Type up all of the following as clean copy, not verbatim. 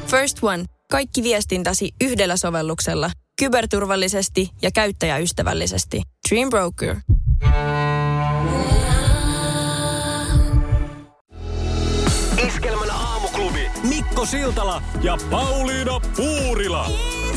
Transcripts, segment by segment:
First One. Kaikki viestintäsi yhdellä sovelluksella. Kyberturvallisesti ja käyttäjäystävällisesti. Dream Broker. Iskelmän aamuklubi. Mikko Siltala ja Pauliina Puurila.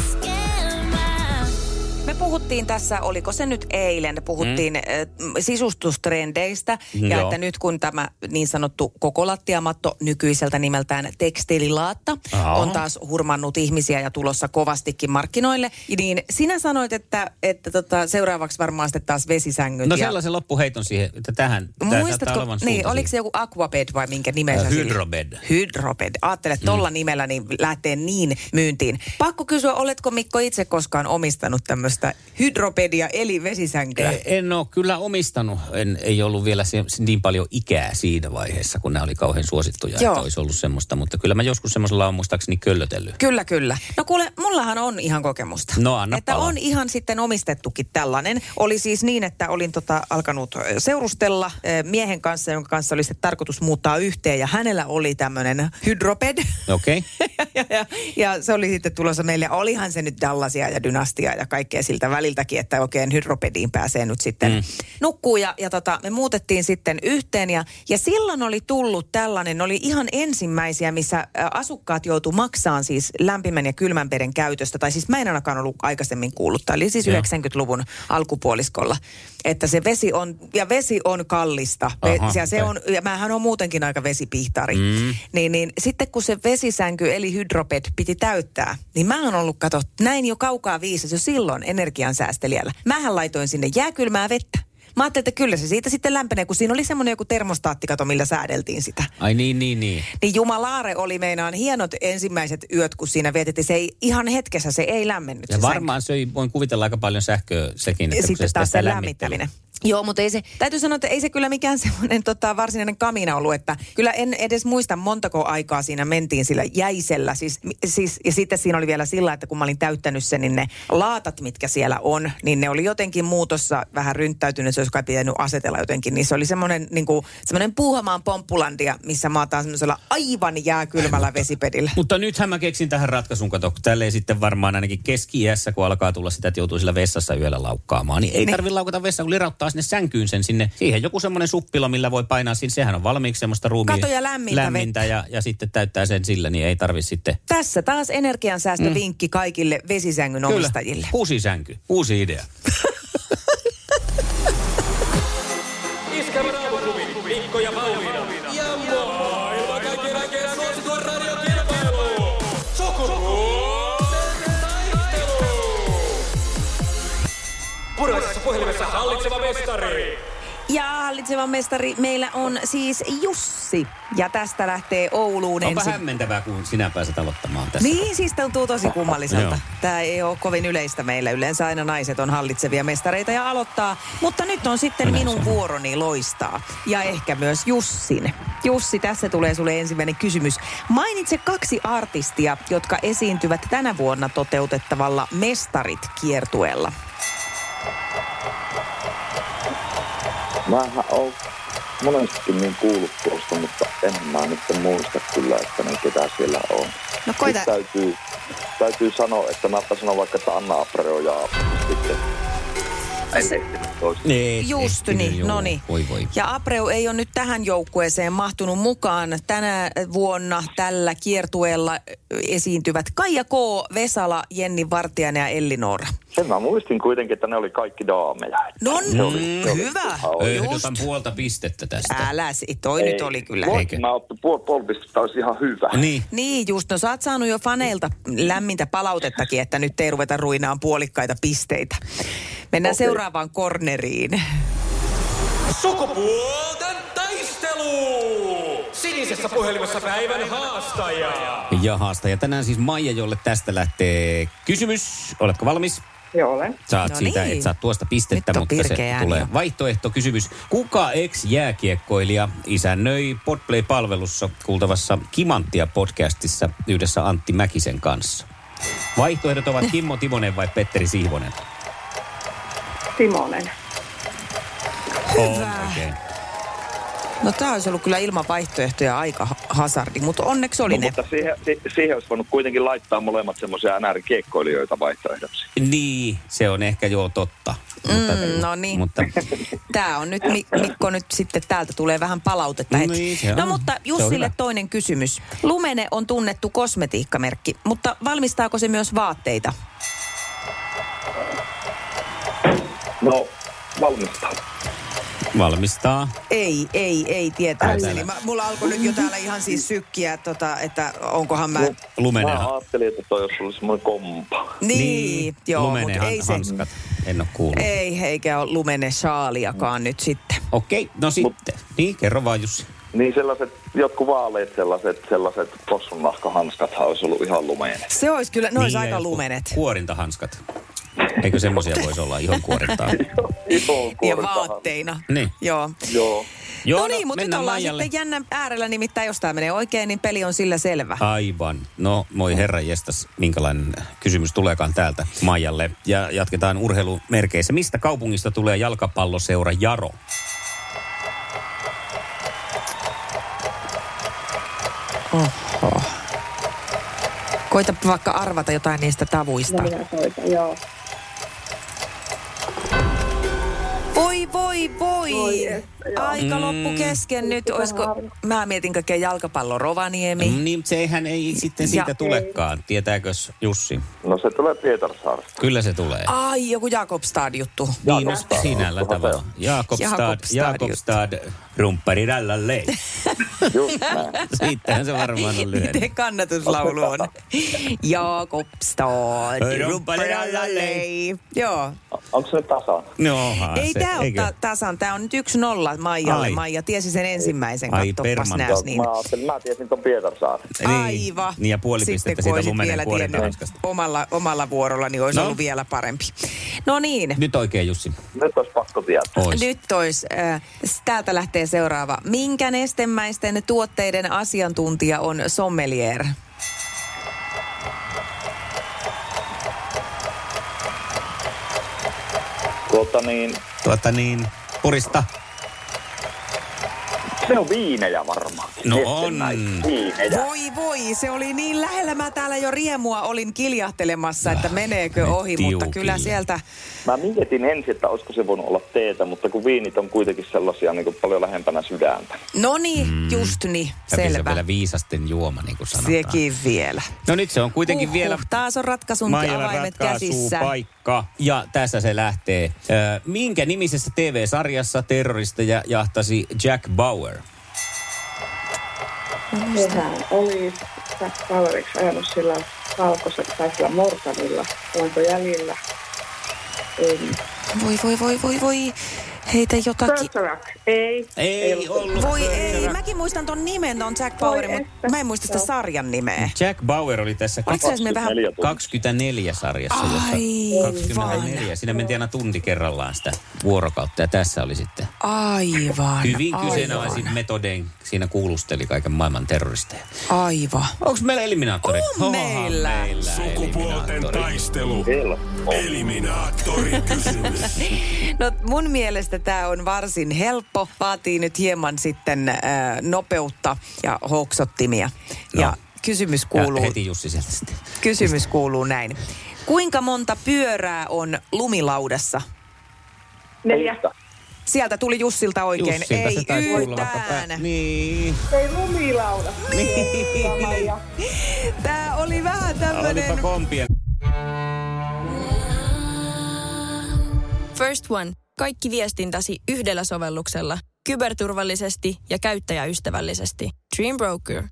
Me puhuttiin tässä, oliko se nyt eilen, puhuttiin sisustustrendeistä ja että nyt kun tämä niin sanottu koko lattiamatto nykyiseltä nimeltään tekstiililaatta on taas hurmannut ihmisiä ja tulossa kovastikin markkinoille, niin sinä sanoit, että seuraavaksi varmaan sitten taas vesisängyt. No sellaisen loppuheiton siihen, että tähän muistatko, niin, oliko se joku Aquabed vai minkä nimensä? Hydrobed. Hydrobed. Ajattele, että tolla nimellä niin lähtee niin myyntiin. Pakko kysyä, oletko Mikko itse koskaan omistanut tämmöistä hydropedia eli vesisänkyä? En ole kyllä omistanut. Ei ollut vielä niin paljon ikää siinä vaiheessa, kun nämä oli kauhean suosittuja, että olisi ollut semmoista. Mutta kyllä mä joskus semmoisella on muistaakseni köllötellyt. Kyllä. No kuule, mullahan on ihan kokemusta. No anna että palaa. On ihan sitten omistettukin tällainen. Oli siis niin, että olin alkanut seurustella miehen kanssa, jonka kanssa oli sitten tarkoitus muuttaa yhteen. Ja hänellä oli tämmöinen hydroped. Okei. ja se oli sitten tulossa meille. Olihan se nyt Dallasia ja Dynastiaa ja kaikkea siltä väliltäkin, että oikein hydropediin pääsee nyt sitten nukkuu. Ja me muutettiin sitten yhteen ja silloin oli tullut tällainen, oli ihan ensimmäisiä, missä asukkaat joutu maksamaan siis lämpimän ja kylmän veden käytöstä. Tai siis mä en ainakaan ollut aikaisemmin kuullut. Tämä oli siis 90-luvun alkupuoliskolla. Että se vesi on kallista. Ja mähän on muutenkin aika vesipihtari. Niin sitten kun se vesisänky eli hydroped piti täyttää, niin mä oon ollut, näin jo kaukaa viisas jo silloin energiansäästelijällä. Mähän laitoin sinne jääkylmää vettä. Mä ajattelin, että kyllä se siitä sitten lämpenee, kun siinä oli semmoinen joku termostaattikato, millä säädeltiin sitä. Ai niin. Niin jumalaare oli meinaan hienot ensimmäiset yöt, kun siinä vietettiin. Se ei ihan hetkessä, se ei lämmennyt. Ja varmaan voin kuvitella aika paljon sähköä sekin, että sitten taas se lämmittäminen. Joo, mutta täytyy sanoa, että ei se kyllä mikään semmoinen varsinainen kamina ollut, että kyllä en edes muista montako aikaa siinä mentiin sillä jäisellä. Siis, ja sitten siinä oli vielä sillä, että kun mä olin täyttänyt sen, niin ne laatat, mitkä siellä on, niin ne oli jotenkin muutossa vähän rynttäytynyt, se olisi kai pitänyt asetella jotenkin, niin se oli semmoinen Puuhamaan pomppulandia, missä maataan semmoisella aivan jääkylmällä vesipedillä. Mutta nythän mä keksin tähän ratkaisun, kato, tälleen sitten varmaan ainakin keski-iässä, kun alkaa tulla sitä, että joutuu sillä vessassa yöllä laukkaamaan, niin ei tarvitse laukata vessaan, kun lirauttaa sinne sänkyyn sen sinne. Siihen joku semmoinen suppilo, millä voi painaa siinä. Sehän on valmiiksi semmoista katoja lämmintä ja sitten täyttää sen sillä, niin ei tarvitse sitten. Tässä taas energiansäästövinkki kaikille vesisängyn omistajille. Uusi sänky. Uusi idea. Iskelmän aamuklubi. Mikko ja Pauliina. Ja maailman kaikkien aikeen suosituen radiokilpailu. Sukupuolten taistelu. Puraisessa puhelimessa hallitseva mestari. Ja hallitseva mestari meillä on siis Jussi. Ja tästä lähtee Ouluun Onpa hämmentävää, kun sinä pääset aloittamaan tässä. Niin, siis tuntuu tosi kummalliselta. Tämä ei ole kovin yleistä meillä. Yleensä aina naiset on hallitsevia mestareita ja aloittaa. Mutta nyt on sitten minun vuoroni loistaa. Ja ehkä myös Jussin. Jussi, tässä tulee sulle ensimmäinen kysymys. Mainitse 2 artistia, jotka esiintyvät tänä vuonna toteutettavalla Mestarit-kiertueella. Mähän oon monestikin niin kuullut tuosta, mutta en mä nyt muista kyllä, että ne ketä siellä on. No koita. Täytyy sanoa, että mäpä sanon vaikka, että Anna Abreu ja sitten... Just niin, no niin. Voi. Ja Abreu ei ole nyt tähän joukkueeseen mahtunut mukaan. Tänä vuonna tällä kiertueella esiintyvät Kaija K, Vesala, Jenni Vartiainen ja Elli Noora. Sen mä muistin kuitenkin, että ne oli kaikki daameja. No hyvä. Ehdotan puolta pistettä tästä. Toi nyt oli kyllä. Mä otin puoli pistettä, olisi ihan hyvä. Niin just, no sä oot saanut jo faneilta lämmintä palautettakin, että nyt ei ruveta ruinaan puolikkaita pisteitä. Mennään seuraavaan korneriin. Sukupuolten taistelu! Sinisessä puhelimessa päivän haastaja. Ja haastaja tänään siis Maija, jolle tästä lähtee kysymys. Oletko valmis? Joo, olen. Saat siitä, et saa tuosta pistettä, mutta se tulee vaihtoehtokysymys. Kuka ex-jääkiekkoilija isännöi Podplay-palvelussa kuultavassa Kimanttia-podcastissa yhdessä Antti Mäkisen kanssa? Vaihtoehdot ovat Kimmo Timonen vai Petteri Sihvonen? Timonen. Hyvä. No tää olisi ollut kyllä ilman vaihtoehtoja aika hazardi, mutta onneksi oli ne. Mutta siihen olisi voinut kuitenkin laittaa molemmat semmoisia NR-kiekkoilijoita vaihtoehdoksi. Niin, se on ehkä totta. No niin. Mutta tää on nyt, Mikko, nyt sitten täältä tulee vähän palautetta heti. Niin, no mutta Jussille toinen kysymys. Lumene on tunnettu kosmetiikkamerkki, mutta valmistaako se myös vaatteita? No, valmistaa. Ei tietääkseni. Mulla alkoi nyt jo täällä ihan siis sykkiä, että onkohan mä... Lumene. Mä ajattelin, että toi olisi ollut semmoinen kompa. Niin, joo, mutta ei se... hanskat. En ole kuullut. Ei, eikä ole Lumene shaaliakaan nyt sitten. Okei, no sitten. Niin, kerro vaan Jussi. Niin sellaiset, jotkut vaaleet sellaiset possunahkahanskathan olisi ollut ihan Lumene. Se olisi kyllä, ne olisi aika Lumenet. Kuorintahanskat. Eikö semmoisia voisi olla ihon kuorintaa? Ja vaatteina. Niin. Joo. No niin, mutta nyt ollaan sitten jännän äärellä, nimittäin jos tämä menee oikein, niin peli on sillä selvä. Aivan. No, moi herran jestas, minkälainen kysymys tuleekaan täältä Maijalle. Ja jatketaan urheilumerkeissä. Mistä kaupungista tulee jalkapalloseura Jaro? Oho. Koita vaikka arvata jotain niistä tavuista. No minä soitan, joo. Voi. Aika loppu kesken nyt. Olisiko, mä mietin kaikkea jalkapallo Rovaniemi. Niin, sehän ei sitten siitä tulekaan. Tietääkös Jussi? No se tulee Pietarsaaresta. Kyllä se tulee. Ai, joku Jakobstad-juttu. Niin, no sinällä tavalla. Jakobstad, rumppari rallalle. Just näin. Siitähän se varmaan on lyhenne. Miten kannatuslaulu on? Jakobstad, rumppari rallalle. Joo. Onko se tasan? Nohan ei tää ole tasan. Tää on nyt 1-0 Maijalle. Maija tiesi sen ensimmäisen. Katsopas nääs niin. Mä tiesin ton Pietarsaaren. Aivan. Niin ja puoli pistettä siitä Lumenen kuorintahanskasta. Omalla vuorolla niin olisi ollut vielä parempi. No niin. Nyt oikein Jussi. Nyt olisi pakko tietää. Nyt olisi. Täältä lähtee seuraava. Minkä nestemäisten tuotteiden asiantuntija on sommelier? Purista. Se on viinejä varmaan. No on. Viinejä. Voi, se oli niin lähellä. Mä täällä jo riemua olin kiljahtelemassa, että meneekö ohi, mutta kyllä sieltä... Mä mietin ensin, että olisiko se voinut olla teetä, mutta kun viinit on kuitenkin sellaisia niin kuin paljon lähempänä sydäntä. No niin, just niin, selvä. Se on vielä viisasten juoma, niin kuin sanotaan. Sekin vielä. No nyt se on kuitenkin vielä... Taas on ratkaisun avaimet käsissä. Paikka. Ja tässä se lähtee. Minkä nimisessä TV-sarjassa terroristeja jahtasi Jack Bauer? Sehän oli Jack Baueriksi ajanut sillä valkoisella tai sillä Morganilla. Onko jäljellä? Voi. Heitä jotakin. Ei ollut. Ei. Mäkin muistan ton nimen, on Jack Bauer, mutta mä en muista sitä sarjan nimeä. Jack Bauer oli tässä 24 sarjassa. Aivan. 24. Siinä mentiin aina tunti kerrallaan sitä vuorokautta ja tässä oli sitten. Aivan. Hyvin kyseenalaisin metodein siinä kuulusteli kaiken maailman terroristeja. Aivan. Onko meillä eliminaattori? On meillä. Sukupuolten taistelu. Eliminaattori kysymys. No mun mielestä tämä on varsin helppo. Vaatii nyt hieman sitten nopeutta ja hoksottimia. No. Ja kysymys kuuluu... Ja heti Jussi sieltä sitten. Kysymys kuuluu näin. Kuinka monta pyörää on lumilaudassa? 4. Sieltä tuli Jussilta oikein. Jussilta ei yhtään. Niin. Ei lumilauda. Niin. Tää oli vähän tämmönen... Olipa kompien. First One. Kaikki viestintäsi yhdellä sovelluksella. Kyberturvallisesti ja käyttäjäystävällisesti. Dream Broker.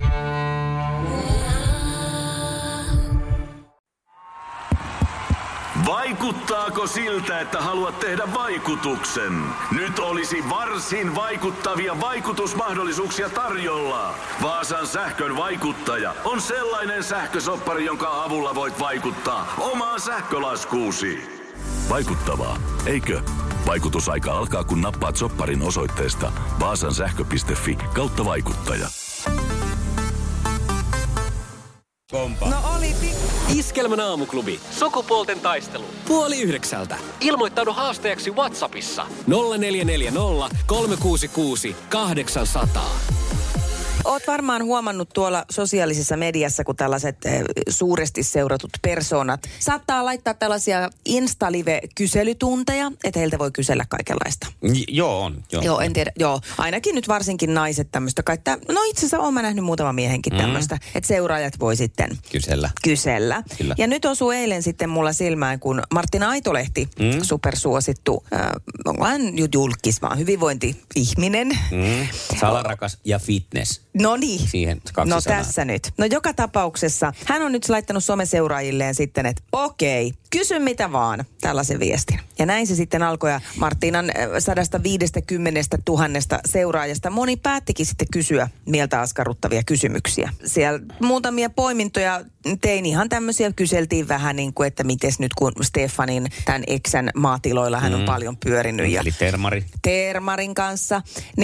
Vaikuttaako siltä, että haluat tehdä vaikutuksen? Nyt olisi varsin vaikuttavia vaikutusmahdollisuuksia tarjolla. Vaasan sähkön vaikuttaja on sellainen sähkösoppari, jonka avulla voit vaikuttaa omaan sähkölaskuusi. Vaikuttavaa, eikö? Vaikutusaika alkaa, kun nappaat sopparin osoitteesta vaasansähkö.fi/vaikuttaja. kompa. No oli. Iskelmän aamuklubi. Sukupuolten taistelu. 8:30. Ilmoittaudu haastajaksi WhatsAppissa. 0440 366 800. Oot varmaan huomannut tuolla sosiaalisessa mediassa, kun tällaiset suuresti seuratut persoonat saattaa laittaa tällaisia Insta-live-kyselytunteja, että heiltä voi kysellä kaikenlaista. Joo, on. Joo, en tiedä. Joo, ainakin nyt varsinkin naiset tämmöistä. No itse asiassa oon mä nähnyt muutaman miehenkin tämmöistä, että seuraajat voi sitten kysellä. Kyllä. Ja nyt osui eilen sitten mulla silmään, kun Martina Aitolehti, supersuosittu, onko hän julkis vaan hyvinvointi-ihminen. Salarakas ja fitness. No niin. Siihen 2 No sanaa. tässä nyt. No joka tapauksessa hän on nyt laittanut someseuraajilleen sitten, että okei, kysy mitä vaan, tällaisen viestin. Ja näin se sitten alkoi ja Martinan 150 000 seuraajasta moni päättikin sitten kysyä mieltä askarruttavia kysymyksiä. Siellä muutamia poimintoja tein ihan tämmöisiä, kyseltiin vähän niin kuin, että mites nyt kun Stefanin tämän eksän maatiloilla hän on paljon pyörinyt. Eli Termarin kanssa,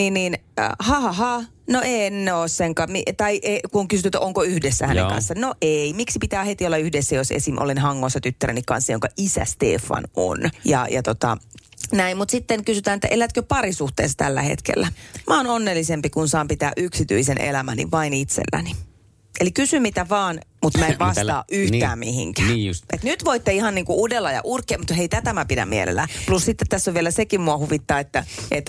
no en ole senkaan. Tai kun kysyt, onko yhdessä hänen kanssa. No ei. Miksi pitää heti olla yhdessä, jos esim. Olen Hangossa tyttäreni kanssa, jonka isä Stefan on. Näin, mutta sitten kysytään, että elätkö parisuhteessa tällä hetkellä? Mä oon onnellisempi, kun saan pitää yksityisen elämäni vain itselläni. Eli kysy mitä vaan, mutta mä en vastaa yhtään mihinkään. Niin just. Et nyt voitte ihan niinku udella ja urkea, mutta hei, tätä mä pidän mielellään. Plus sitten tässä on vielä sekin mua huvittaa, että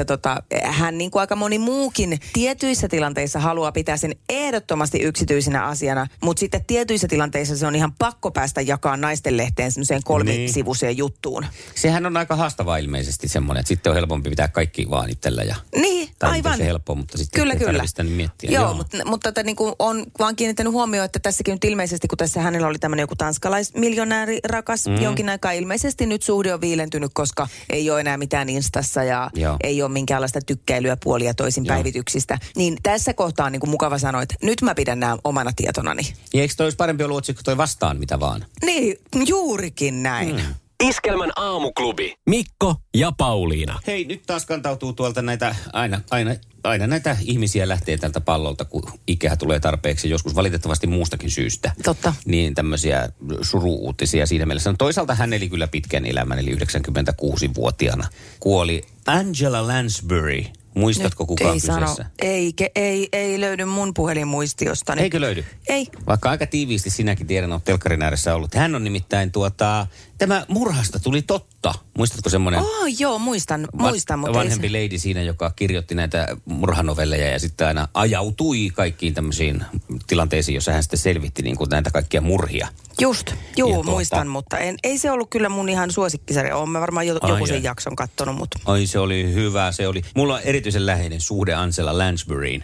hän niin kuin aika moni muukin tietyissä tilanteissa haluaa pitää sen ehdottomasti yksityisenä asiana, mutta sitten tietyissä tilanteissa se on ihan pakko päästä jakaa naisten lehteen semmoiseen 3-sivuiseen juttuun. Sehän on aika haastavaa ilmeisesti semmoinen, että sitten on helpompi pitää kaikki vaan itsellä ja... Niin, aivan. Se helppoa, mutta sitten ei tarvitse sitä miettiä. Joo. Mutta niin kuin on vaan kiinnittänyt huomioon, että tässäkin nyt ilmeisesti, kun tässä hänellä oli tämmöinen joku tanskalaismiljonääri rakas, jonkin aikaa ilmeisesti nyt suhde on viilentynyt, koska ei ole enää mitään Instassa ja ei ole minkäänlaista tykkäilyä puolin ja toisin päivityksistä. Niin tässä kohtaa on niin kuin mukava sanoa, että nyt mä pidän nämä omana tietonani. Ja eikö toi olisi parempi ollut otsikko toi vastaan mitä vaan? Niin, juurikin näin. Iskelmän aamuklubi. Mikko ja Pauliina. Hei, nyt taas kantautuu tuolta näitä, aina näitä ihmisiä lähtee tältä pallolta, kun ikää tulee tarpeeksi, joskus valitettavasti muustakin syystä. Totta. Niin tämmöisiä suru-uutisia siinä mielessä. No, toisaalta hän eli kyllä pitkän elämän, eli 96-vuotiaana kuoli Angela Lansbury. Muistatko kukaan kyseessä? Ei löydy mun puhelinmuistiostani. Eikö löydy? Ei. Vaikka aika tiiviisti sinäkin tiedän, olet telkkarin ääressä ollut. Hän on nimittäin tämä murhasta tuli totta. Muistatko semmoinen? Joo, muistan, mutta vanhempi lady siinä, joka kirjoitti näitä murhanovelleja ja sitten aina ajautui kaikkiin tämmöisiin tilanteisiin, jossa hän sitten selvitti niin kuin näitä kaikkia murhia. Just, muistan, mutta ei se ollut kyllä mun ihan suosikkisarja. Olen mä varmaan joku sen jakson kattonut, mutta... Ai, se oli hyvä, se oli. Mulla on erityisen läheinen suhde Angela Lansburyin.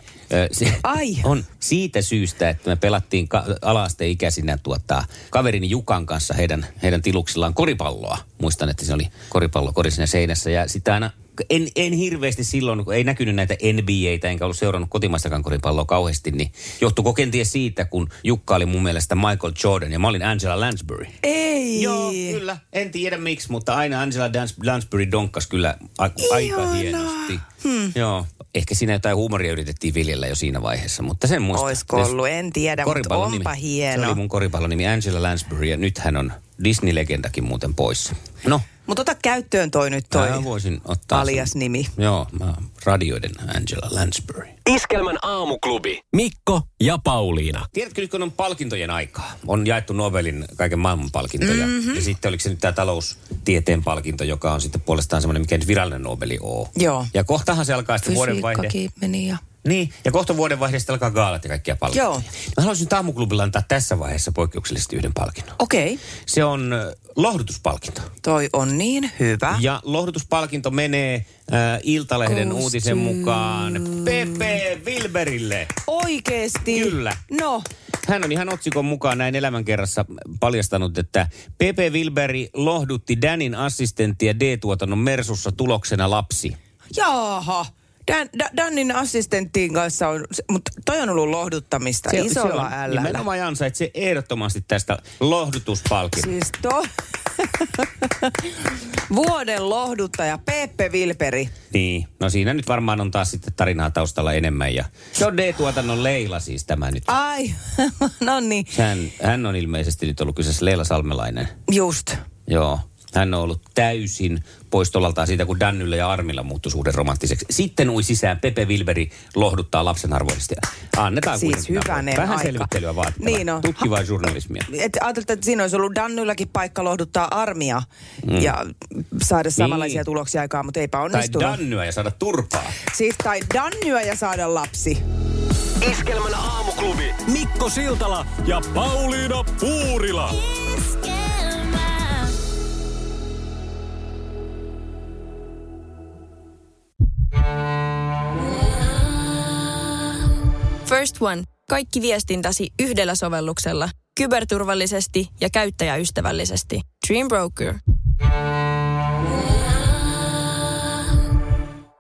On siitä syystä, että me pelattiin ala-asteikäisinä kaverini Jukan kanssa heidän tiluksillaan koripalloa. Muistan, että se oli koripallokori siinä seinässä ja sitä aina... En hirveästi silloin, kun ei näkynyt näitä NBA:tä, enkä ollut seurannut kotimaistakaan koripalloa kauheasti, niin johtuiko kenties siitä, kun Jukka oli mun mielestä Michael Jordan ja mä olin Angela Lansbury. Ei! Joo, kyllä. En tiedä miksi, mutta aina Angela Lansbury donkkas kyllä aika hienosti. Joo. Ehkä siinä jotain huumoria yritettiin viljellä jo siinä vaiheessa, mutta sen muista. Oisko ollut, en tiedä, mutta onpa hieno. Se oli mun koripallon nimi Angela Lansbury ja nyt hän on Disney-legendakin muuten poissa. No. Mutta ota käyttöön toi voisin ottaa alias nimi. Joo, mä radioiden Angela Lansbury. Iskelmän aamuklubi. Mikko ja Pauliina. Tiedätkö nyt, kun on palkintojen aikaa? On jaettu Nobelin kaiken maailman palkintoja. Ja sitten oliko se nyt tämä taloustieteen palkinto, joka on sitten puolestaan semmoinen, mikä nyt virallinen Nobeli on. Joo. Ja kohtahan se alkaa sitten vuodenvaihde. Fysiikkakin meni ja... Niin, ja kohta vuodenvaihteesta alkaa gaalat ja kaikkia palkintoja. Joo. Mä haluaisin nyt aamuklubilla antaa tässä vaiheessa poikkeuksellisesti yhden palkinnon. Okei. Se on lohdutuspalkinto. Toi on niin hyvä. Ja lohdutuspalkinto menee Iltalehden uutisen mukaan Pepe Wilberille. Oikeesti? Kyllä. No. Hän on ihan otsikon mukaan näin elämänkerrassa paljastanut, että Pepe Wilberi lohdutti Danin assistenttia D-tuotannon Mersussa tuloksena lapsi. Jaaha. Danin assistenttiin kanssa on, mutta toi on ollut lohduttamista isolla älällä. Nimenomaan ansaitsee ehdottomasti tästä lohdutuspalkinnon. Siis Vuoden lohduttaja Pepe Wilperi. Niin, no siinä nyt varmaan on taas sitten tarinaa taustalla enemmän. Ja se on D-tuotannon Leila siis tämä nyt. Ai, no niin. Hän on ilmeisesti nyt ollut kyseessä Leila Salmelainen. Just. Joo. Hän on ollut täysin poistolaltaan siitä, kun Dannyllä ja Armilla muuttui suhde romanttiseksi. Sitten ui sisään Pepe Wilberi lohduttaa lapsenarvoisesti. Annetaan siis hyvänen vähän aika. selvittelyä vaatittava. Niin on. Tutkivaa journalismia. Ajattelin, että siinä olisi ollut Dannylläkin paikka lohduttaa Armia ja saada samanlaisia tuloksia aikaan, mutta eipä onnistunut. Tai Dannyä ja saada turpaa. Siis tai Dannyä ja saada lapsi. Iskelmän aamuklubi Mikko Siltala ja Pauliina Puurila. First One. Kaikki viestintäsi yhdellä sovelluksella. Kyberturvallisesti ja käyttäjäystävällisesti. Dream Broker.